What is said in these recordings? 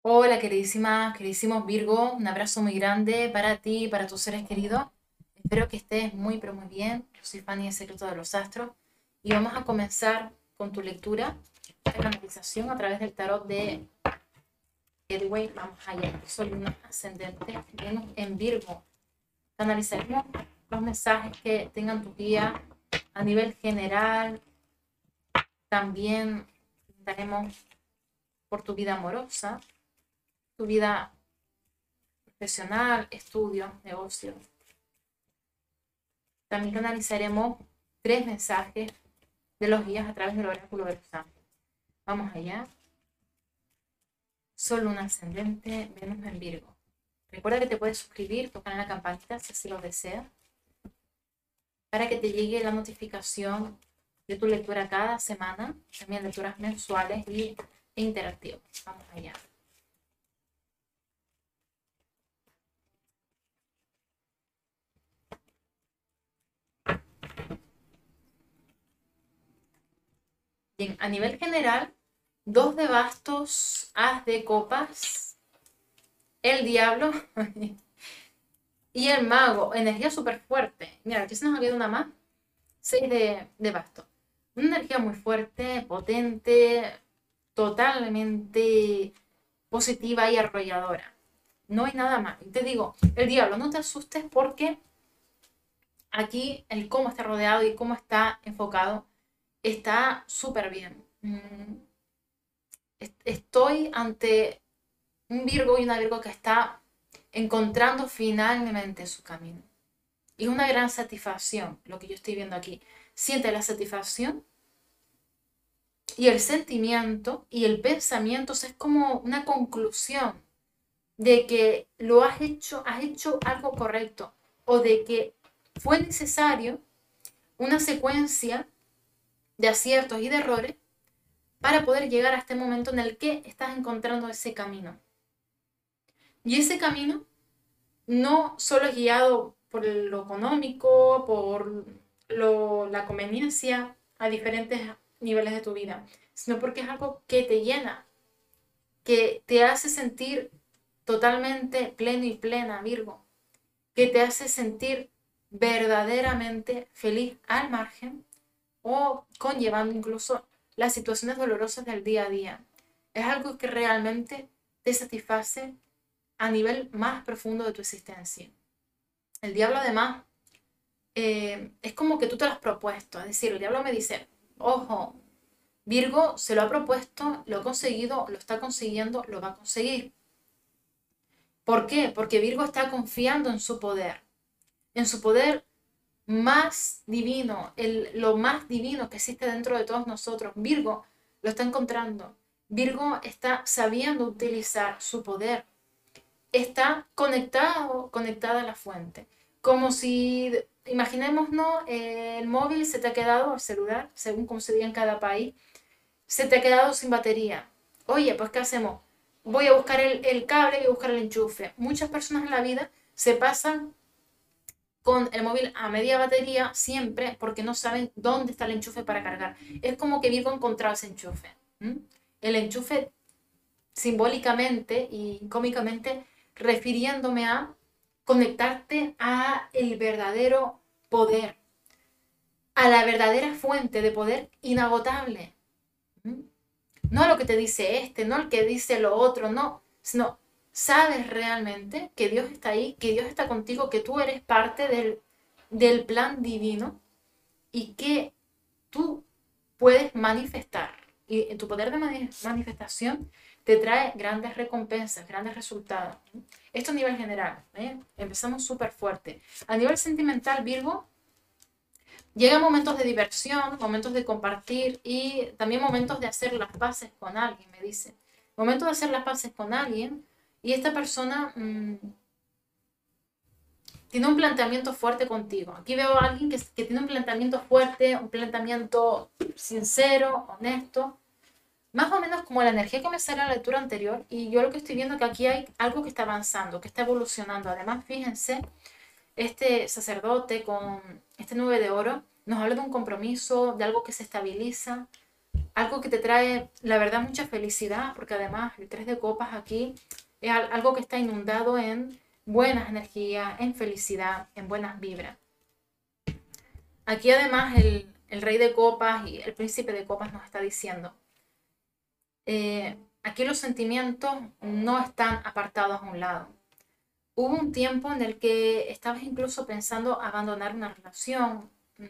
Hola, queridísimos Virgo, un abrazo muy grande para ti y para tus seres queridos. Espero que estés muy, pero muy bien. Yo soy Fanny de Secreto de los Astros y vamos a comenzar con tu lectura, esta canalización a través del tarot de Edway. Vamos allá, Sol, Luna, Ascendente, Venus en Virgo. Canalizaremos los mensajes que tengan tu guía a nivel general. También daremos por tu vida amorosa, tu vida profesional, estudio, negocio. También analizaremos tres mensajes de los guías a través del oráculo de los ángeles. Vamos allá. Sol, Luna, Ascendente, Venus en Virgo. Recuerda que te puedes suscribir, tocar en la campanita si así lo deseas, para que te llegue la notificación de tu lectura cada semana, también lecturas mensuales e interactivas. Vamos allá. Bien, a nivel general, dos de bastos, as de copas, el diablo y el mago. Energía súper fuerte. Mira, aquí se nos olvida una más. 6 de basto. Una energía muy fuerte, potente, totalmente positiva y arrolladora. No hay nada más. Y te digo, el diablo, no te asustes porque aquí el cómo está rodeado y cómo está enfocado está súper bien. Estoy ante un Virgo y una Virgo que está encontrando finalmente su camino. Y es una gran satisfacción lo que yo estoy viendo aquí. Siente la satisfacción y el sentimiento y el pensamiento, o sea, es como una conclusión de que has hecho algo correcto o de que fue necesario una secuencia de aciertos y de errores para poder llegar a este momento en el que estás encontrando ese camino. Y ese camino no solo es guiado por lo económico, por la conveniencia a diferentes niveles de tu vida, sino porque es algo que te llena, que te hace sentir totalmente pleno y plena, Virgo, que te hace sentir verdaderamente feliz al margen o conllevando incluso las situaciones dolorosas del día a día. Es algo que realmente te satisface a nivel más profundo de tu existencia. El diablo además es como que tú te lo has propuesto, es decir, el diablo me dice, ojo, Virgo se lo ha propuesto, lo ha conseguido, lo está consiguiendo, lo va a conseguir. ¿Por qué? Porque Virgo está confiando en su poder más divino, lo más divino que existe dentro de todos nosotros. Virgo lo está encontrando. Virgo está sabiendo utilizar su poder. Está conectada a la fuente. Como si, imaginémonos, el móvil se te ha quedado, el celular, según como se diga en cada país, se te ha quedado sin batería. Oye, pues ¿qué hacemos? Voy a buscar el cable, voy a buscar el enchufe. Muchas personas en la vida se pasan con el móvil a media batería siempre porque no saben dónde está el enchufe para cargar. Es como que Virgo encontrado ese enchufe. ¿M? El enchufe simbólicamente y cómicamente refiriéndome a conectarte a el verdadero poder, a la verdadera fuente de poder inagotable. ¿M? No a lo que te dice este, no al que dice lo otro, no, sino sabes realmente que Dios está ahí, que Dios está contigo, que tú eres parte del plan divino y que tú puedes manifestar. Y en tu poder de manifestación te trae grandes recompensas, grandes resultados. Esto a nivel general. Empezamos súper fuerte. A nivel sentimental, Virgo, llegan momentos de diversión, momentos de compartir y también momentos de hacer las paces con alguien, me dice. Momentos de hacer las paces con alguien y esta persona tiene un planteamiento fuerte contigo. Aquí veo a alguien que tiene un planteamiento fuerte, un planteamiento sincero, honesto, más o menos como la energía que me sale en la lectura anterior. Y yo lo que estoy viendo es que aquí hay algo que está avanzando, que está evolucionando. Además, fíjense, este sacerdote con este 9 de oro nos habla de un compromiso, de algo que se estabiliza, algo que te trae, la verdad, mucha felicidad, porque además el 3 de copas aquí es algo que está inundado en buenas energías, en felicidad, en buenas vibras. Aquí además el rey de copas y el príncipe de copas nos está diciendo, aquí los sentimientos no están apartados a un lado. Hubo un tiempo en el que estabas incluso pensando abandonar una relación,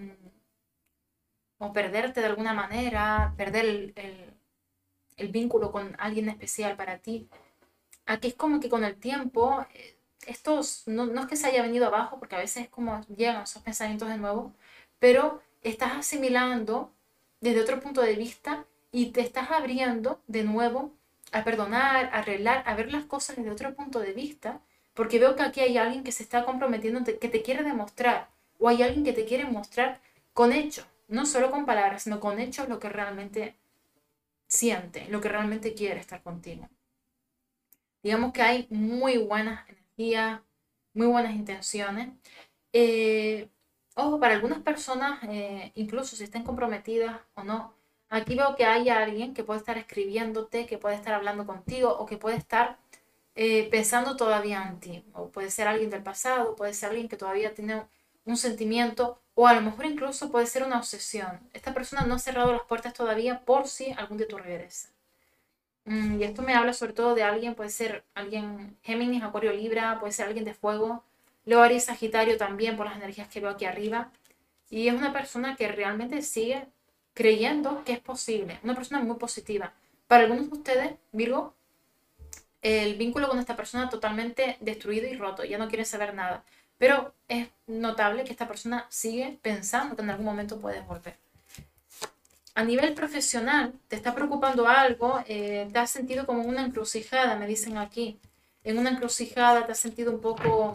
o perderte de alguna manera, perder el vínculo con alguien especial para ti. Aquí es como que con el tiempo, estos no es que se haya venido abajo, porque a veces es como llegan esos pensamientos de nuevo, pero estás asimilando desde otro punto de vista y te estás abriendo de nuevo a perdonar, a arreglar, a ver las cosas desde otro punto de vista, porque veo que aquí hay alguien que se está comprometiendo, que te quiere demostrar, o hay alguien que te quiere mostrar con hechos, no solo con palabras, sino con hechos lo que realmente siente, lo que realmente quiere estar contigo. Digamos que hay muy buenas energías, muy buenas intenciones. Eh, Ojo, para algunas personas, incluso si estén comprometidas o no, aquí veo que hay alguien que puede estar escribiéndote, que puede estar hablando contigo o que puede estar pensando todavía en ti. O puede ser alguien del pasado, puede ser alguien que todavía tiene un sentimiento o a lo mejor incluso puede ser una obsesión. Esta persona no ha cerrado las puertas todavía por si algún día tú regresas. Y esto me habla sobre todo de alguien, puede ser alguien Géminis, Acuario, Libra, puede ser alguien de fuego, Leo, Aries, Sagitario también por las energías que veo aquí arriba. Y es una persona que realmente sigue creyendo que es posible, una persona muy positiva. Para algunos de ustedes, Virgo, el vínculo con esta persona totalmente destruido y roto, ya no quiere saber nada. Pero es notable que esta persona sigue pensando que en algún momento puedes volver. A nivel profesional, ¿te está preocupando algo? ¿Te has sentido como una encrucijada? Me dicen aquí. En una encrucijada te has sentido un poco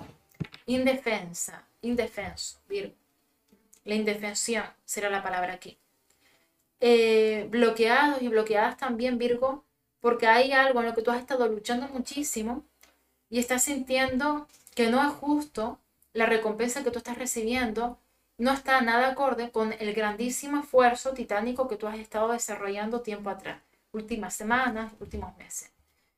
indefenso, Virgo. La indefensión será la palabra aquí. Bloqueados y bloqueadas también, Virgo, porque hay algo en lo que tú has estado luchando muchísimo y estás sintiendo que no es justo la recompensa que tú estás recibiendo, no está nada acorde con el grandísimo esfuerzo titánico que tú has estado desarrollando tiempo atrás, últimas semanas, últimos meses.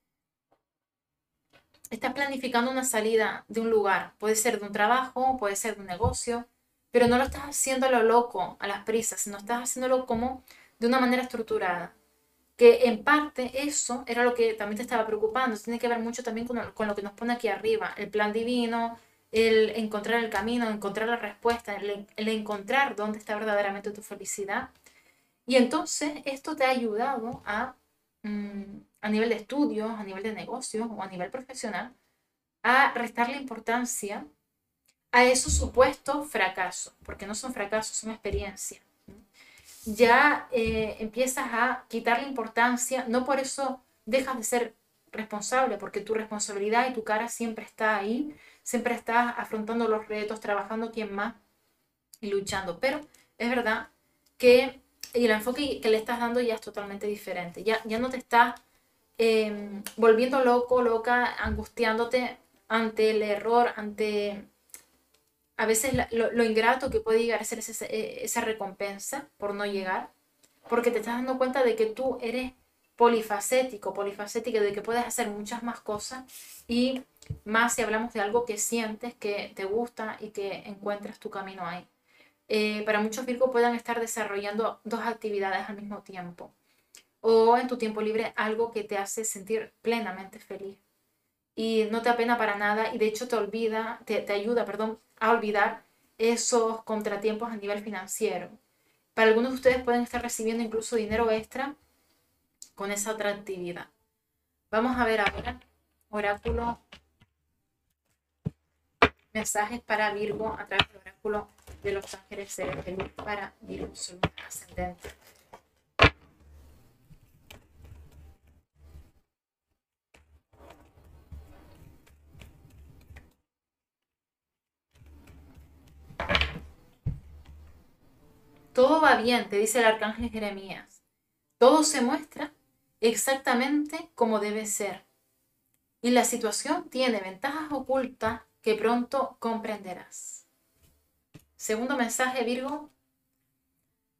Estás planificando una salida de un lugar, puede ser de un trabajo, puede ser de un negocio, pero no lo estás haciendo a lo loco, a las prisas, sino estás haciéndolo como de una manera estructurada. Que en parte eso era lo que también te estaba preocupando. Tiene que ver mucho también con lo que nos pone aquí arriba, el plan divino, el encontrar el camino, encontrar la respuesta, el encontrar dónde está verdaderamente tu felicidad. Y entonces esto te ha ayudado a nivel de estudios, a nivel de negocios o a nivel profesional, a restarle importancia a esos supuestos fracasos, porque no son fracasos, son experiencias. Ya empiezas a quitarle importancia, no por eso dejas de ser responsable, porque tu responsabilidad y tu cara siempre está ahí, siempre estás afrontando los retos, trabajando quien más y luchando, pero es verdad que el enfoque que le estás dando ya es totalmente diferente, ya no te estás volviendo loco, loca, angustiándote ante el error, ante a veces lo ingrato que puede llegar a ser esa recompensa por no llegar, porque te estás dando cuenta de que tú eres polifacética, de que puedes hacer muchas más cosas y más si hablamos de algo que sientes, que te gusta y que encuentras tu camino ahí. Para muchos Virgo puedan estar desarrollando dos actividades al mismo tiempo o en tu tiempo libre algo que te hace sentir plenamente feliz y no te apena para nada y de hecho te ayuda, perdón, a olvidar esos contratiempos a nivel financiero. Para algunos de ustedes pueden estar recibiendo incluso dinero extra con esa otra actividad. Vamos a ver ahora, oráculo, mensajes para Virgo a través del oráculo de los ángeles de luz para Virgo, su ascendente. Todo va bien, te dice el arcángel Jeremías. Todo se muestra exactamente como debe ser. Y la situación tiene ventajas ocultas que pronto comprenderás. Segundo mensaje, Virgo.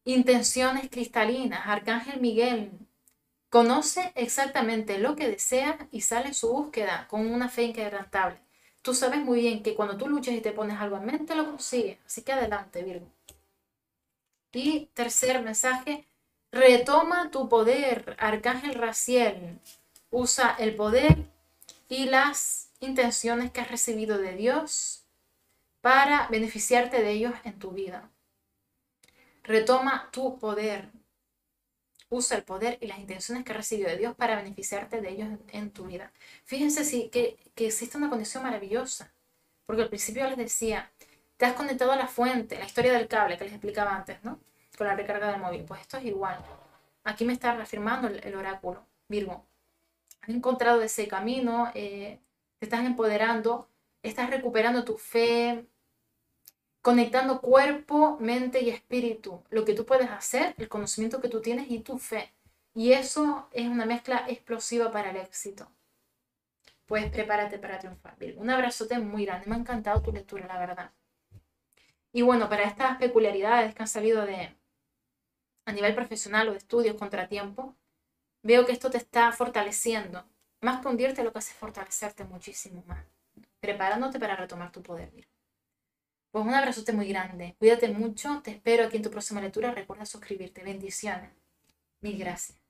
intenciones cristalinas. Arcángel Miguel conoce exactamente lo que desea y sale en su búsqueda con una fe inquebrantable. Tú sabes muy bien que cuando tú luchas y te pones algo en mente, lo consigues. Así que adelante, Virgo. Y tercer mensaje, retoma tu poder. Arcángel Raziel usa el poder y las intenciones que has recibido de Dios para beneficiarte de ellos en tu vida. Retoma tu poder. Usa el poder y las intenciones que has recibido de Dios para beneficiarte de ellos en tu vida. Fíjense que existe una condición maravillosa. Porque al principio les decía, te has conectado a la fuente, la historia del cable que les explicaba antes, ¿no? Con la recarga del móvil. Pues esto es igual. Aquí me está reafirmando el oráculo, Virgo. Has encontrado ese camino, te estás empoderando, estás recuperando tu fe, conectando cuerpo, mente y espíritu. Lo que tú puedes hacer, el conocimiento que tú tienes y tu fe. Y eso es una mezcla explosiva para el éxito. Pues prepárate para triunfar, Virgo. Un abrazote muy grande. Me ha encantado tu lectura, la verdad. Y bueno, para estas peculiaridades que han salido a nivel profesional o de estudios, contratiempo, veo que esto te está fortaleciendo. Más que hundirte, lo que hace es fortalecerte muchísimo más. Preparándote para retomar tu poder, Virgo. Pues un abrazote muy grande. Cuídate mucho. Te espero aquí en tu próxima lectura. Recuerda suscribirte. Bendiciones. Mil gracias.